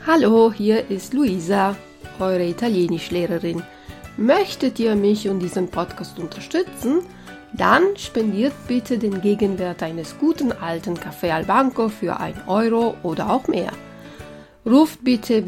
Hallo, hier ist Luisa, eure Italienischlehrerin. Möchtet ihr mich und diesen Podcast unterstützen? Dann spendiert bitte den Gegenwert eines guten alten Café al Banco für 1 Euro oder auch mehr. Ruft bitte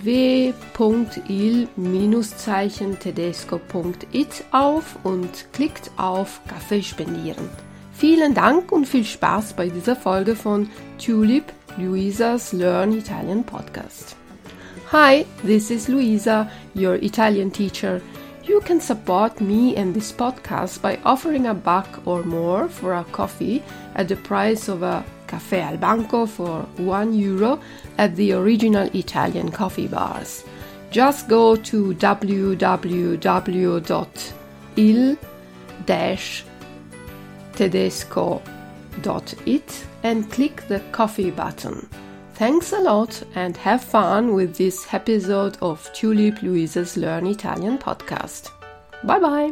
www.il-tedesco.it auf und klickt auf Kaffee spendieren. Vielen Dank und viel Spaß bei dieser Folge von Tulip, Luisa's Learn Italian podcast. Hi, this is Luisa, your Italian teacher. You can support me and this podcast by offering $1 or more for a coffee at the price of a Café al Banco for €1 at the original Italian coffee bars. Just go to www.il-tedesco.it and click the coffee button. Thanks a lot and have fun with this episode of Tulip Luisa's Learn Italian podcast. Bye bye!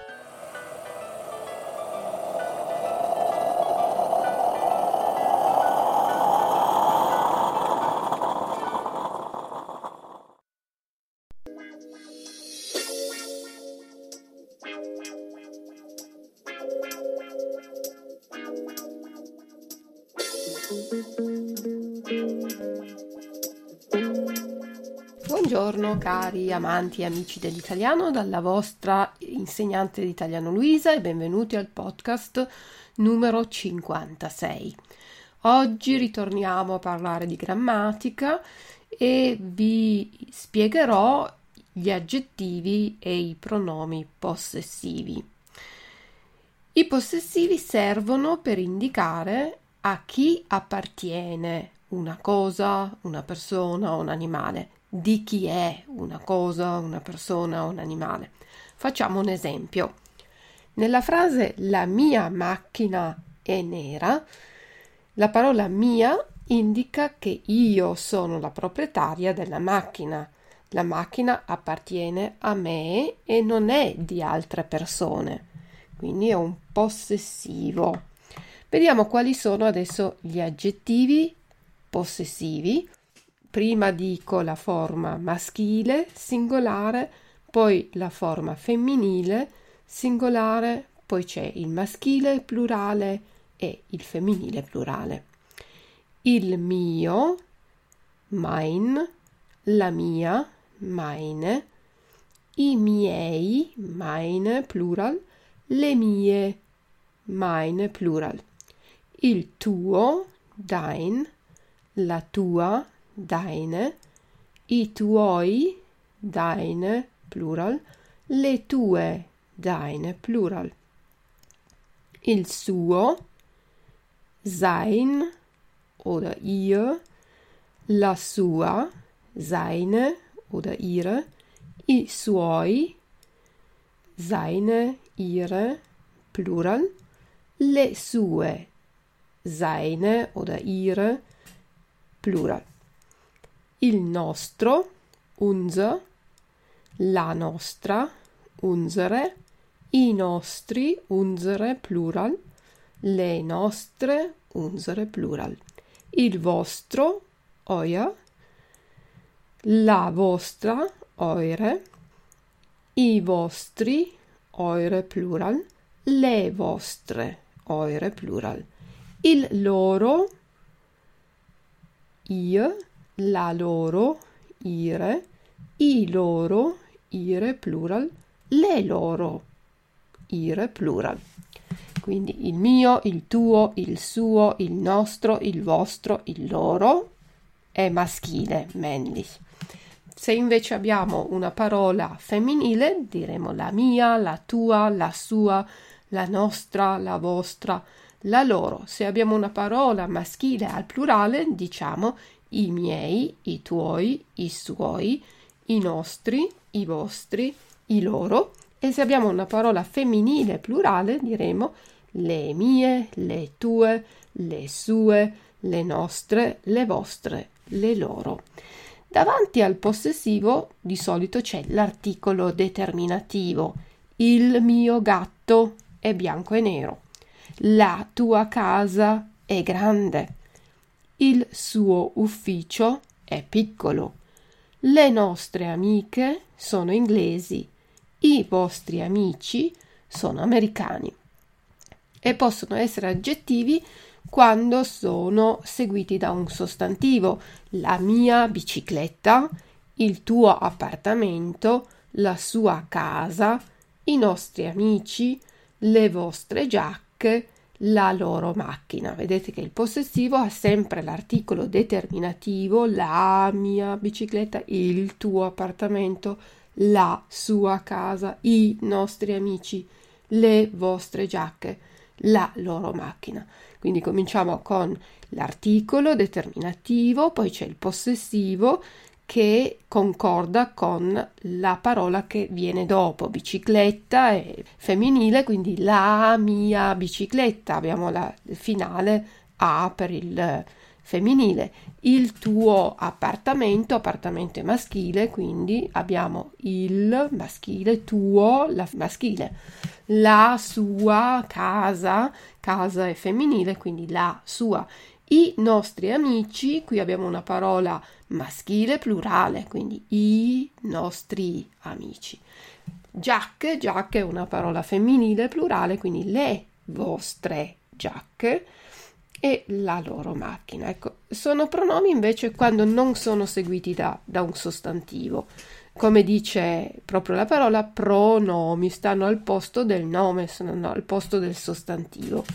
Buongiorno cari amanti e amici dell'italiano, dalla vostra insegnante di italiano Luisa e benvenuti al podcast numero 56. Oggi ritorniamo a parlare di grammatica e vi spiegherò gli aggettivi e i pronomi possessivi. I possessivi servono per indicare a chi appartiene una cosa, una persona o un animale. Di chi è una cosa, una persona o un animale. Facciamo un esempio. Nella frase la mia macchina è nera, la parola mia indica che io sono la proprietaria della macchina. La macchina appartiene a me e non è di altre persone. Quindi è un possessivo. Vediamo quali sono adesso gli aggettivi possessivi. Prima dico la forma maschile, singolare, poi la forma femminile, singolare, poi c'è il maschile plurale e il femminile plurale. Il mio, mein, la mia, meine, i miei, meine plural, le mie, meine plural. Il tuo, dein, la tua, deine, i tuoi, deine, plural, le tue, deine, plural. Il suo, sein oder ihr, la sua, seine oder ihre, i suoi, seine, ihre, plural, le sue, seine oder ihre, plural. Il nostro, unser, la nostra, unsere, i nostri, unsere, plural, le nostre, unsere, plural. Il vostro, euer, la vostra, eure, i vostri, eure, plural, le vostre, eure, plural. Il loro, ihr, la loro, ihre, i loro, ihre, plural, le loro, ihre, plural. Quindi il mio, il tuo, il suo, il nostro, il vostro, il loro è maschile, männlich. Se invece abbiamo una parola femminile, diremo la mia, la tua, la sua, la nostra, la vostra, la loro. Se abbiamo una parola maschile al plurale, diciamo i miei, i tuoi, i suoi, i nostri, i vostri, i loro. E se abbiamo una parola femminile plurale, diremo le mie, le tue, le sue, le nostre, le vostre, le loro. Davanti al possessivo di solito c'è l'articolo determinativo. Il mio gatto è bianco e nero. La tua casa è grande. Il suo ufficio è piccolo. Le nostre amiche sono inglesi. I vostri amici sono americani. E possono essere aggettivi quando sono seguiti da un sostantivo. La mia bicicletta, il tuo appartamento, la sua casa, i nostri amici, le vostre giacche, la loro macchina. Vedete che il possessivo ha sempre l'articolo determinativo, la mia bicicletta, il tuo appartamento, la sua casa, i nostri amici, le vostre giacche, la loro macchina. Quindi cominciamo con l'articolo determinativo, poi c'è il possessivo che concorda con la parola che viene dopo. Bicicletta è femminile, quindi la mia bicicletta, abbiamo la finale A per il femminile. Il tuo appartamento è maschile, quindi abbiamo il maschile, tuo, la maschile. La sua casa è femminile, quindi la sua. I nostri amici, qui abbiamo una parola maschile plurale, quindi i nostri amici. Giacche è una parola femminile plurale, quindi le vostre giacche e la loro macchina. Ecco, sono pronomi invece quando non sono seguiti da un sostantivo. Come dice proprio la parola, pronomi, stanno al posto del nome, stanno al posto del sostantivo.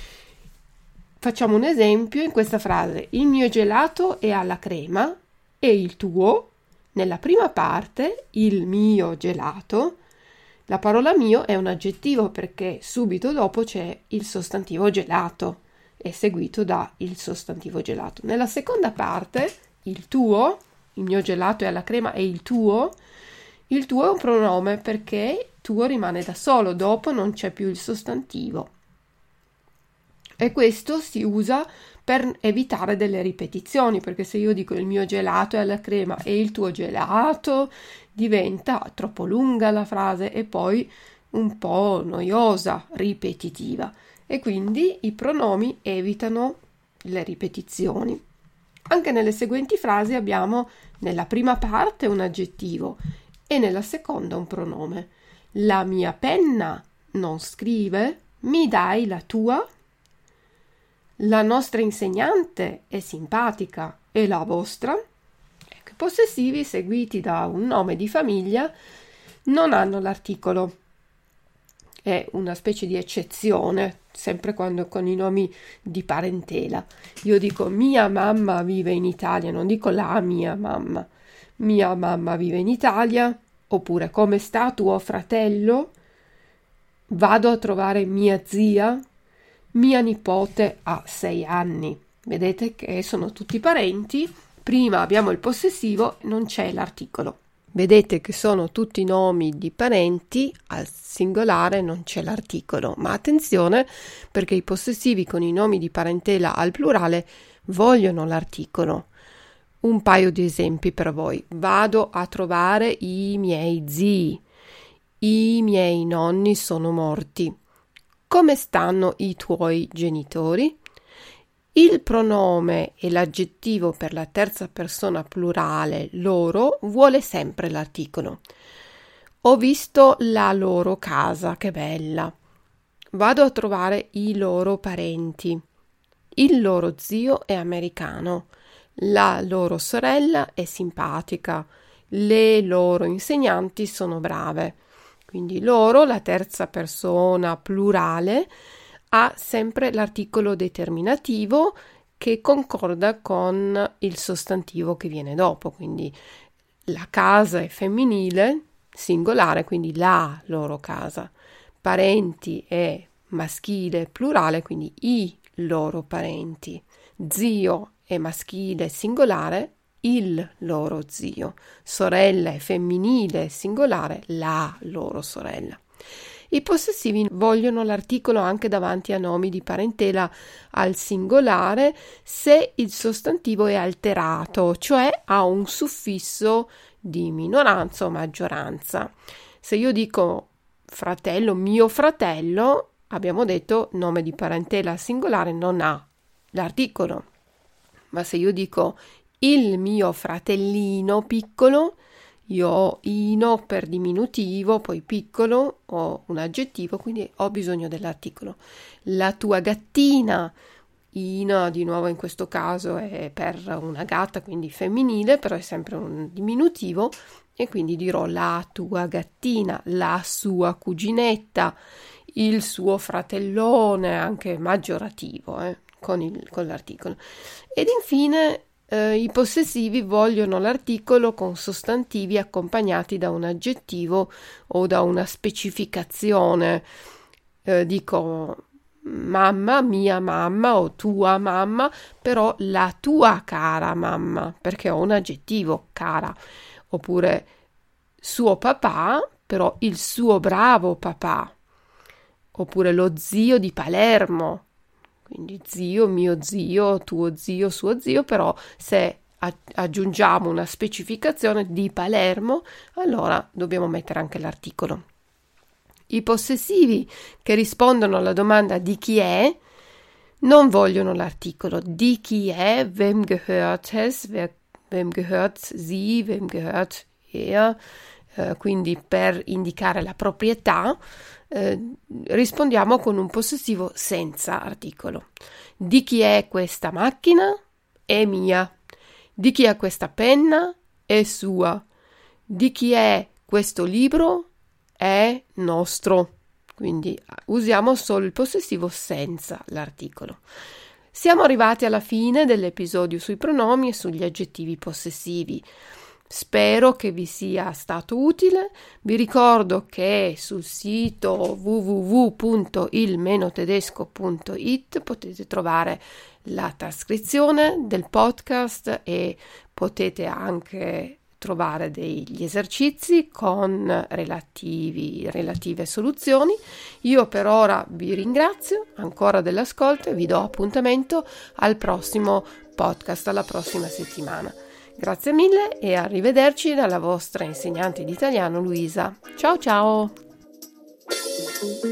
Facciamo un esempio in questa frase: il mio gelato è alla crema e il tuo. Nella prima parte, il mio gelato, la parola mio è un aggettivo perché subito dopo c'è il sostantivo gelato, è seguito da il sostantivo gelato. Nella seconda parte, il tuo, il mio gelato è alla crema e il tuo è un pronome perché tuo rimane da solo, dopo non c'è più il sostantivo. E questo si usa per evitare delle ripetizioni, perché se io dico il mio gelato è alla crema e il tuo gelato, diventa troppo lunga la frase e poi un po' noiosa, ripetitiva. E quindi i pronomi evitano le ripetizioni. Anche nelle seguenti frasi abbiamo nella prima parte un aggettivo e nella seconda un pronome. La mia penna non scrive, mi dai la tua? La nostra insegnante è simpatica e la vostra? Ecco, i possessivi seguiti da un nome di famiglia non hanno l'articolo. È una specie di eccezione, sempre quando con i nomi di parentela. Io dico mia mamma vive in Italia, non dico la mia mamma. Mia mamma vive in Italia, oppure come sta tuo fratello? Vado a trovare mia zia? Mia nipote ha 6 anni. Vedete che sono tutti parenti. Prima abbiamo il possessivo, non c'è l'articolo. Vedete che sono tutti nomi di parenti, al singolare non c'è l'articolo. Ma attenzione, perché i possessivi con i nomi di parentela al plurale vogliono l'articolo. Un paio di esempi per voi. Vado a trovare i miei zii. I miei nonni sono morti. Come stanno i tuoi genitori? Il pronome e l'aggettivo per la terza persona plurale loro vuole sempre l'articolo. Ho visto la loro casa, che bella. Vado a trovare i loro parenti. Il loro zio è americano. La loro sorella è simpatica. Le loro insegnanti sono brave. Quindi loro, la terza persona plurale, ha sempre l'articolo determinativo che concorda con il sostantivo che viene dopo. Quindi la casa è femminile, singolare, quindi la loro casa. Parenti è maschile, plurale, quindi i loro parenti. Zio è maschile, singolare, il loro zio. Sorella è femminile, singolare, la loro sorella. I possessivi vogliono l'articolo anche davanti a nomi di parentela al singolare se il sostantivo è alterato, cioè ha un suffisso di minoranza o maggioranza. Se io dico fratello, mio fratello, abbiamo detto nome di parentela singolare non ha l'articolo. Ma se io dico il mio fratellino piccolo, io ho ino per diminutivo, poi piccolo, ho un aggettivo, quindi ho bisogno dell'articolo. La tua gattina, ina di nuovo in questo caso è per una gatta, quindi femminile, però è sempre un diminutivo e quindi dirò la tua gattina, la sua cuginetta, il suo fratellone, anche maggiorativo, con l'articolo. Ed infine i possessivi vogliono l'articolo con sostantivi accompagnati da un aggettivo o da una specificazione. Dico mamma, mia mamma o tua mamma, però la tua cara mamma, perché ho un aggettivo cara, oppure suo papà, però il suo bravo papà, oppure lo zio di Palermo, quindi zio, mio zio, tuo zio, suo zio, però se aggiungiamo una specificazione di Palermo, allora dobbiamo mettere anche l'articolo. I possessivi che rispondono alla domanda di chi è non vogliono l'articolo. Di chi è, wem gehört es, wem gehört sie, wem gehört er, quindi per indicare la proprietà rispondiamo con un possessivo senza articolo. Di chi è questa macchina? È mia. Di chi è questa penna? È sua. Di chi è questo libro? È nostro. Quindi usiamo solo il possessivo senza l'articolo. Siamo arrivati alla fine dell'episodio sui pronomi e sugli aggettivi possessivi. Spero che vi sia stato utile. Vi ricordo che sul sito www.il-tedesco.it potete trovare la trascrizione del podcast e potete anche trovare degli esercizi con relative soluzioni. Io per ora vi ringrazio ancora dell'ascolto e vi do appuntamento al prossimo podcast, alla prossima settimana. Grazie mille e arrivederci dalla vostra insegnante di italiano Luisa. Ciao ciao!